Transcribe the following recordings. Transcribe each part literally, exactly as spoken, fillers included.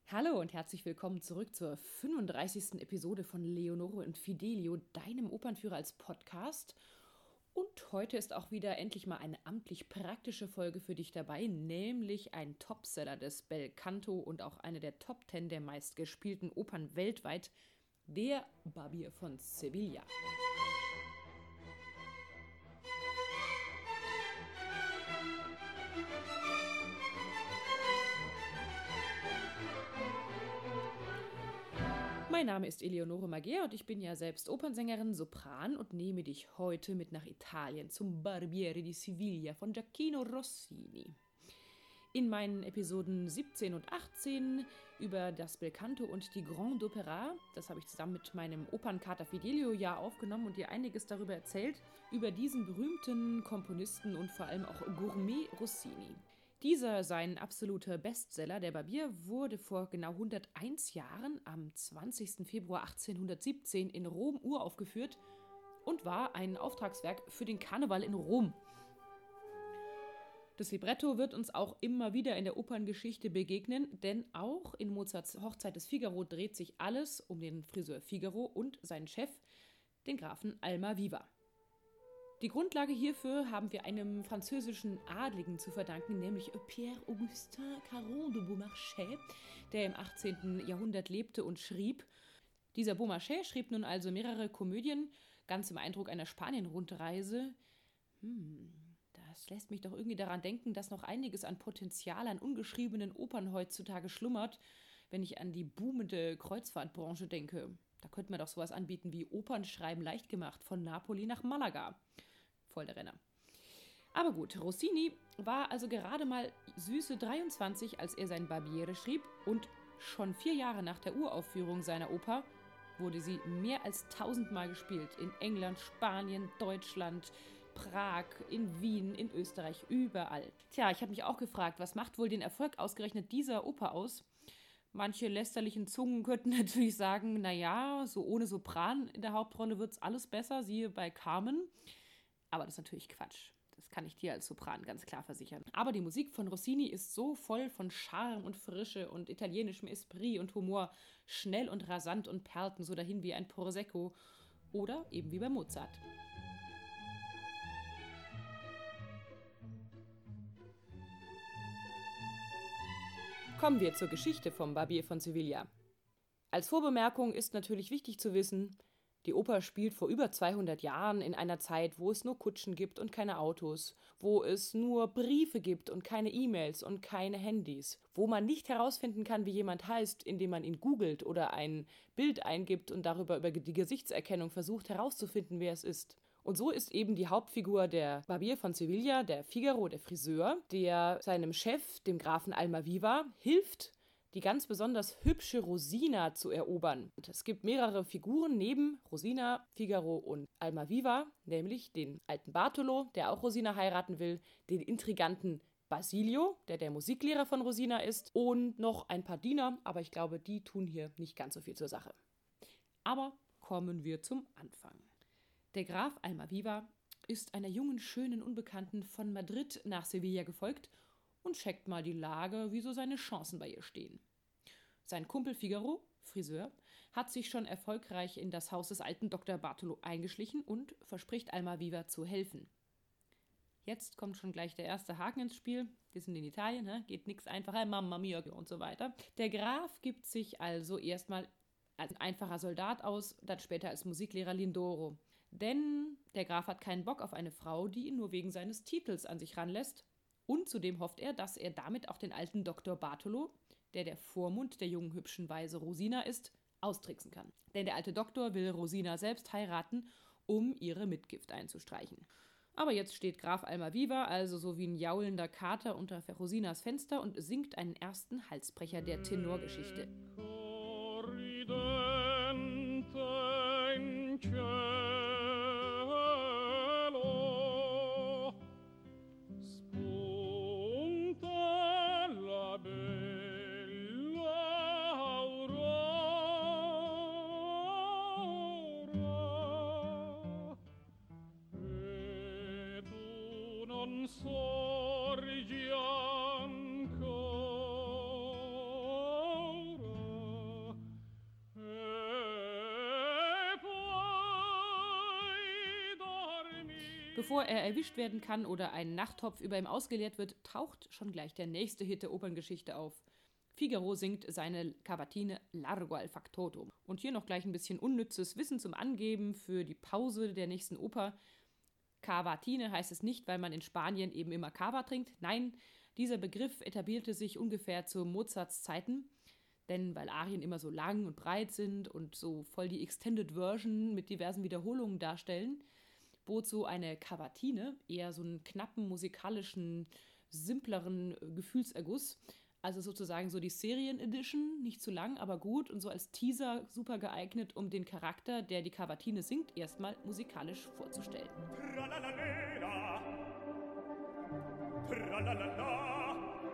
Hallo und herzlich willkommen zurück zur fünfunddreißigsten Episode von Leonore und Fidelio, deinem Opernführer als Podcast. Und heute ist auch wieder endlich mal eine amtlich praktische Folge für dich dabei, nämlich ein Topseller des Bel Canto und auch eine der Top Ten der meistgespielten Opern weltweit, der Barbier von Sevilla. Mein Name ist Eleonore Mager und ich bin ja selbst Opernsängerin, Sopran und nehme dich heute mit nach Italien zum Barbiere di Sevilla von Gioachino Rossini. In meinen Episoden siebzehn und achtzehn über das Bel Canto und die Grande Opera, das habe ich zusammen mit meinem Opernkater Fidelio ja aufgenommen und dir einiges darüber erzählt, über diesen berühmten Komponisten und vor allem auch Gourmet Rossini. Dieser, sein absoluter Bestseller, der Barbier, wurde vor genau hunderteins Jahren am zwanzigsten Februar achtzehnhundertsiebzehn in Rom uraufgeführt und war ein Auftragswerk für den Karneval in Rom. Das Libretto wird uns auch immer wieder in der Operngeschichte begegnen, denn auch in Mozarts Hochzeit des Figaro dreht sich alles um den Friseur Figaro und seinen Chef, den Grafen Almaviva. Die Grundlage hierfür haben wir einem französischen Adligen zu verdanken, nämlich Pierre-Augustin Caron de Beaumarchais, der im achtzehnten Jahrhundert lebte und schrieb. Dieser Beaumarchais schrieb nun also mehrere Komödien, ganz im Eindruck einer Spanien-Rundreise. Hm, das lässt mich doch irgendwie daran denken, dass noch einiges an Potenzial an ungeschriebenen Opern heutzutage schlummert, wenn ich an die boomende Kreuzfahrtbranche denke. Da könnte man doch sowas anbieten wie Opernschreiben leicht gemacht, von Napoli nach Malaga. Voll der Renner. Aber gut, Rossini war also gerade mal süße dreiundzwanzig, als er sein Barbiere schrieb, und schon vier Jahre nach der Uraufführung seiner Oper wurde sie mehr als tausendmal gespielt. In England, Spanien, Deutschland, Prag, in Wien, in Österreich, überall. Tja, ich habe mich auch gefragt, was macht wohl den Erfolg ausgerechnet dieser Oper aus? Manche lästerlichen Zungen könnten natürlich sagen, naja, so ohne Sopran in der Hauptrolle wird's alles besser, siehe bei Carmen. Aber das ist natürlich Quatsch. Das kann ich dir als Sopran ganz klar versichern. Aber die Musik von Rossini ist so voll von Charme und Frische und italienischem Esprit und Humor, schnell und rasant und perlten so dahin wie ein Prosecco oder eben wie bei Mozart. Kommen wir zur Geschichte vom Barbier von Sevilla. Als Vorbemerkung ist natürlich wichtig zu wissen, die Oper spielt vor über zweihundert Jahren in einer Zeit, wo es nur Kutschen gibt und keine Autos, wo es nur Briefe gibt und keine E-Mails und keine Handys, wo man nicht herausfinden kann, wie jemand heißt, indem man ihn googelt oder ein Bild eingibt und darüber über die Gesichtserkennung versucht herauszufinden, wer es ist. Und so ist eben die Hauptfigur der Barbier von Sevilla, der Figaro, der Friseur, der seinem Chef, dem Grafen Almaviva, hilft, die ganz besonders hübsche Rosina zu erobern. Und es gibt mehrere Figuren neben Rosina, Figaro und Almaviva, nämlich den alten Bartolo, der auch Rosina heiraten will, den intriganten Basilio, der der Musiklehrer von Rosina ist, und noch ein paar Diener, aber ich glaube, die tun hier nicht ganz so viel zur Sache. Aber kommen wir zum Anfang. Der Graf Almaviva ist einer jungen, schönen Unbekannten von Madrid nach Sevilla gefolgt und checkt mal die Lage, wie so seine Chancen bei ihr stehen. Sein Kumpel Figaro, Friseur, hat sich schon erfolgreich in das Haus des alten Doktor Bartolo eingeschlichen und verspricht Almaviva zu helfen. Jetzt kommt schon gleich der erste Haken ins Spiel. Wir sind in Italien, ne? Geht nichts einfacher, Mamma mia und so weiter. Der Graf gibt sich also erstmal als einfacher Soldat aus, dann später als Musiklehrer Lindoro. Denn der Graf hat keinen Bock auf eine Frau, die ihn nur wegen seines Titels an sich ranlässt. Und zudem hofft er, dass er damit auch den alten Doktor Bartolo, der der Vormund der jungen hübschen Weise Rosina ist, austricksen kann. Denn der alte Doktor will Rosina selbst heiraten, um ihre Mitgift einzustreichen. Aber jetzt steht Graf Almaviva, also so wie ein jaulender Kater, unter Rosinas Fenster und singt einen ersten Halsbrecher der Tenorgeschichte. Bevor er erwischt werden kann oder ein Nachttopf über ihm ausgeleert wird, taucht schon gleich der nächste Hit der Operngeschichte auf. Figaro singt seine Cavatine Largo al Factotum. Und hier noch gleich ein bisschen unnützes Wissen zum Angeben für die Pause der nächsten Oper. Cavatine heißt es nicht, weil man in Spanien eben immer Cava trinkt. Nein, dieser Begriff etablierte sich ungefähr zu Mozarts Zeiten. Denn weil Arien immer so lang und breit sind und so voll die Extended Version mit diversen Wiederholungen darstellen, bot so eine Cavatine eher so einen knappen, musikalischen, simpleren Gefühlserguss. Also sozusagen so die Serien-Edition, nicht zu lang, aber gut und so als Teaser super geeignet, um den Charakter, der die Cavatine singt, erstmal musikalisch vorzustellen. Tralalala, tralalala,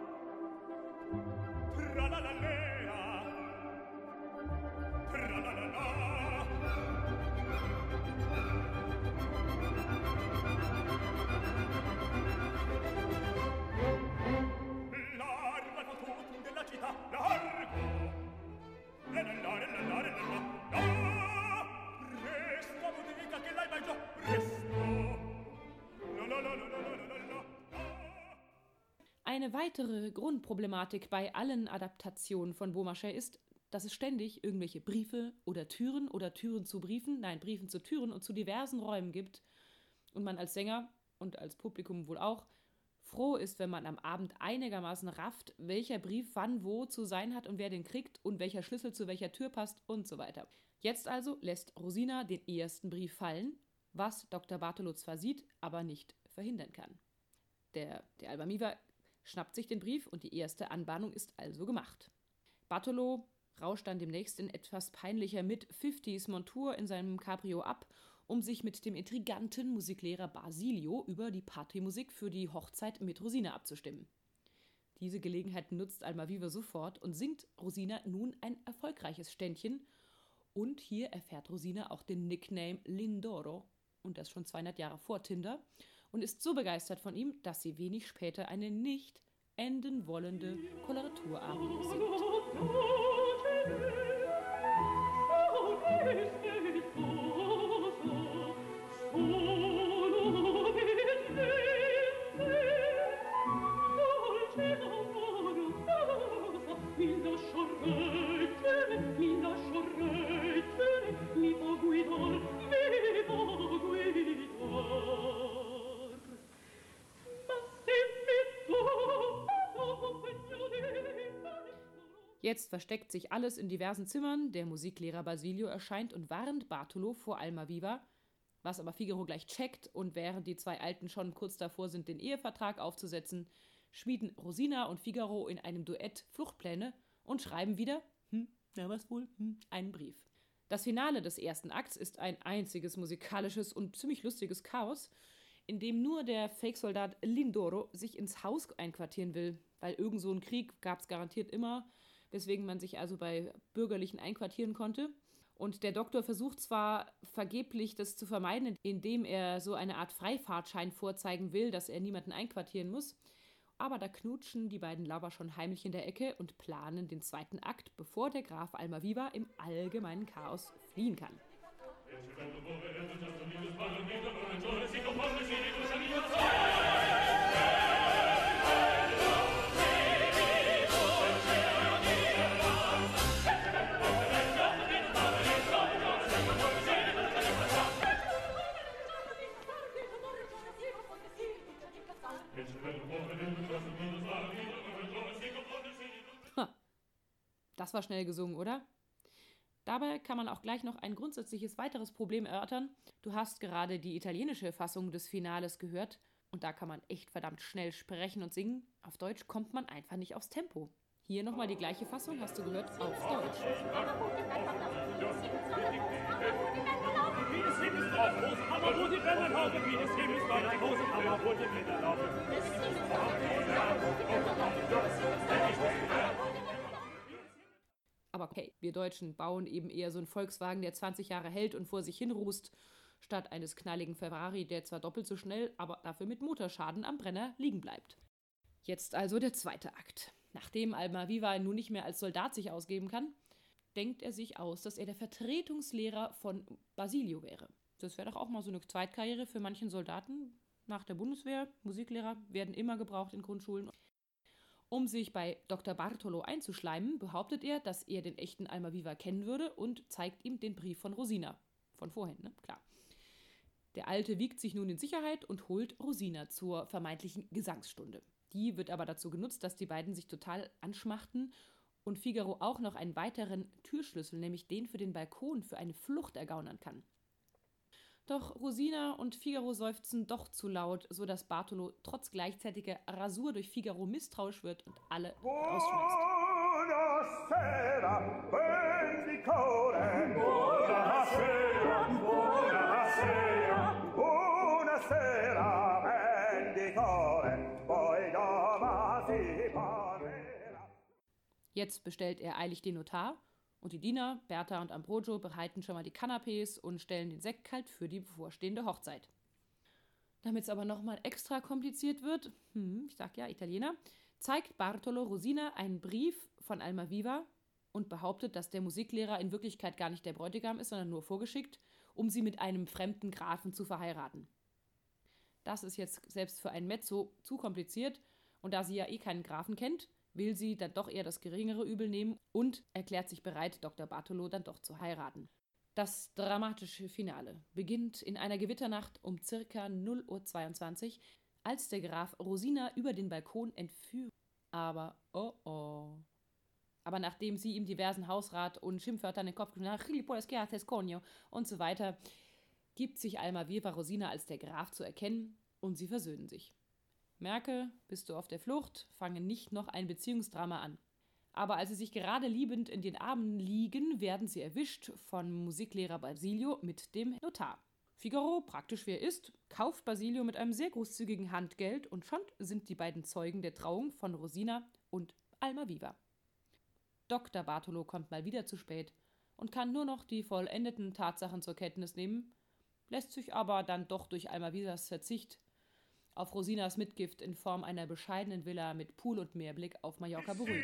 tralalala, tralalala. Eine weitere Grundproblematik bei allen Adaptationen von Beaumarchais ist, dass es ständig irgendwelche Briefe oder Türen oder Türen zu Briefen, nein, Briefen zu Türen und zu diversen Räumen gibt und man als Sänger und als Publikum wohl auch froh ist, wenn man am Abend einigermaßen rafft, welcher Brief wann wo zu sein hat und wer den kriegt und welcher Schlüssel zu welcher Tür passt und so weiter. Jetzt also lässt Rosina den ersten Brief fallen, was Doktor Bartolo zwar sieht, aber nicht verhindern kann. Der, der Almaviva schnappt sich den Brief und die erste Anbahnung ist also gemacht. Bartolo rauscht dann demnächst in etwas peinlicher Mid-Fifties-Montur in seinem Cabrio ab, um sich mit dem intriganten Musiklehrer Basilio über die Partymusik für die Hochzeit mit Rosina abzustimmen. Diese Gelegenheit nutzt Almaviva sofort und singt Rosina nun ein erfolgreiches Ständchen und hier erfährt Rosina auch den Nickname Lindoro und das schon zweihundert Jahre vor Tinder und ist so begeistert von ihm, dass sie wenig später eine nicht enden wollende Koloratur-Arie singt. Jetzt versteckt sich alles in diversen Zimmern, der Musiklehrer Basilio erscheint und warnt Bartolo vor Almaviva, was aber Figaro gleich checkt und während die zwei Alten schon kurz davor sind, den Ehevertrag aufzusetzen, schmieden Rosina und Figaro in einem Duett Fluchtpläne und schreiben wieder, hm, na was wohl, hm, einen Brief. Das Finale des ersten Akts ist ein einziges musikalisches und ziemlich lustiges Chaos, in dem nur der Fake-Soldat Lindoro sich ins Haus einquartieren will, weil irgend so einen Krieg gab es garantiert immer, weswegen man sich also bei Bürgerlichen einquartieren konnte. Und der Doktor versucht zwar vergeblich, das zu vermeiden, indem er so eine Art Freifahrtschein vorzeigen will, dass er niemanden einquartieren muss, aber da knutschen die beiden Lover schon heimlich in der Ecke und planen den zweiten Akt, bevor der Graf Almaviva im allgemeinen Chaos fliehen kann. Das war schnell gesungen, oder? Dabei kann man auch gleich noch ein grundsätzliches weiteres Problem erörtern. Du hast gerade die italienische Fassung des Finales gehört und da kann man echt verdammt schnell sprechen und singen. Auf Deutsch kommt man einfach nicht aufs Tempo. Hier nochmal die gleiche Fassung, hast du gehört, auf Deutsch. Aber okay, wir Deutschen bauen eben eher so einen Volkswagen, der zwanzig Jahre hält und vor sich hin rußt, statt eines knalligen Ferrari, der zwar doppelt so schnell, aber dafür mit Motorschaden am Brenner liegen bleibt. Jetzt also der zweite Akt. Nachdem Almaviva nun nicht mehr als Soldat sich ausgeben kann, denkt er sich aus, dass er der Vertretungslehrer von Basilio wäre. Das wäre doch auch mal so eine Zweitkarriere für manchen Soldaten nach der Bundeswehr. Musiklehrer werden immer gebraucht in Grundschulen. Um sich bei Doktor Bartolo einzuschleimen, behauptet er, dass er den echten Almaviva kennen würde und zeigt ihm den Brief von Rosina. Von vorhin, ne? Klar. Der Alte wiegt sich nun in Sicherheit und holt Rosina zur vermeintlichen Gesangsstunde. Die wird aber dazu genutzt, dass die beiden sich total anschmachten und Figaro auch noch einen weiteren Türschlüssel, nämlich den für den Balkon, für eine Flucht ergaunern kann. Doch Rosina und Figaro seufzen doch zu laut, sodass Bartolo trotz gleichzeitiger Rasur durch Figaro misstrauisch wird und alle rausschmeißt. Buonasera, vendicore. Buonasera, buonasera, buonasera, vendicore. Poi dopo si parlerà. Jetzt bestellt er eilig den Notar. Und die Diener, Berta und Ambrogio, bereiten schon mal die Kanapés und stellen den Sekt kalt für die bevorstehende Hochzeit. Damit es aber nochmal extra kompliziert wird, hm, ich sag ja, Italiener, zeigt Bartolo Rosina einen Brief von Almaviva und behauptet, dass der Musiklehrer in Wirklichkeit gar nicht der Bräutigam ist, sondern nur vorgeschickt, um sie mit einem fremden Grafen zu verheiraten. Das ist jetzt selbst für einen Mezzo zu kompliziert und da sie ja eh keinen Grafen kennt, will sie dann doch eher das geringere Übel nehmen und erklärt sich bereit, Doktor Bartolo dann doch zu heiraten. Das dramatische Finale beginnt in einer Gewitternacht um circa null Uhr zweiundzwanzig, als der Graf Rosina über den Balkon entführt. Aber oh oh. Aber nachdem sie ihm diversen Hausrat und Schimpfwörter in den Kopf geschrieben und so weiter, gibt sich Almaviva Rosina als der Graf zu erkennen und sie versöhnen sich. Merke, bist du auf der Flucht, fange nicht noch ein Beziehungsdrama an. Aber als sie sich gerade liebend in den Armen liegen, werden sie erwischt von Musiklehrer Basilio mit dem Notar. Figaro, praktisch wie er ist, kauft Basilio mit einem sehr großzügigen Handgeld und schon sind die beiden Zeugen der Trauung von Rosina und Almaviva. Doktor Bartolo kommt mal wieder zu spät und kann nur noch die vollendeten Tatsachen zur Kenntnis nehmen, lässt sich aber dann doch durch Almavivas Verzicht auf Rosinas Mitgift in Form einer bescheidenen Villa mit Pool und Meerblick auf Mallorca beruhigen.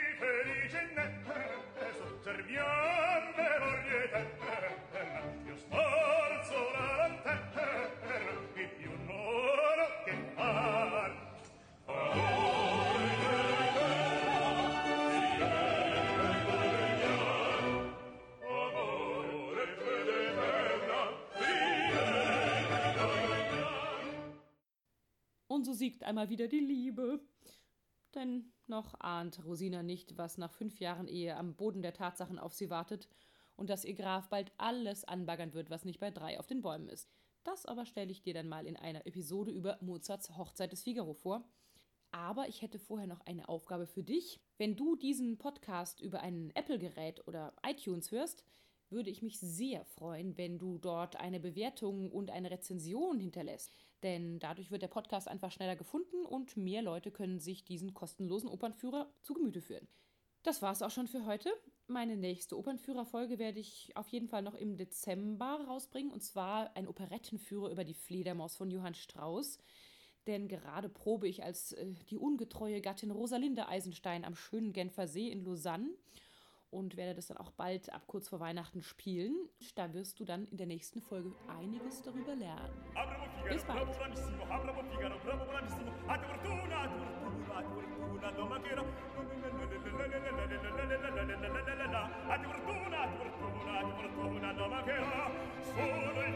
Und so siegt einmal wieder die Liebe. Denn noch ahnt Rosina nicht, was nach fünf Jahren Ehe am Boden der Tatsachen auf sie wartet und dass ihr Graf bald alles anbaggern wird, was nicht bei drei auf den Bäumen ist. Das aber stelle ich dir dann mal in einer Episode über Mozarts Hochzeit des Figaro vor. Aber ich hätte vorher noch eine Aufgabe für dich. Wenn du diesen Podcast über ein Apple-Gerät oder iTunes hörst, würde ich mich sehr freuen, wenn du dort eine Bewertung und eine Rezension hinterlässt. Denn dadurch wird der Podcast einfach schneller gefunden und mehr Leute können sich diesen kostenlosen Opernführer zu Gemüte führen. Das war's auch schon für heute. Meine nächste Opernführer-Folge werde ich auf jeden Fall noch im Dezember rausbringen. Und zwar ein Operettenführer über die Fledermaus von Johann Strauss. Denn gerade probe ich als äh, die ungetreue Gattin Rosalinde Eisenstein am schönen Genfer See in Lausanne. Und werde das dann auch bald ab kurz vor Weihnachten spielen. Da wirst du dann in der nächsten Folge einiges darüber lernen. Bis bald. Bis bald.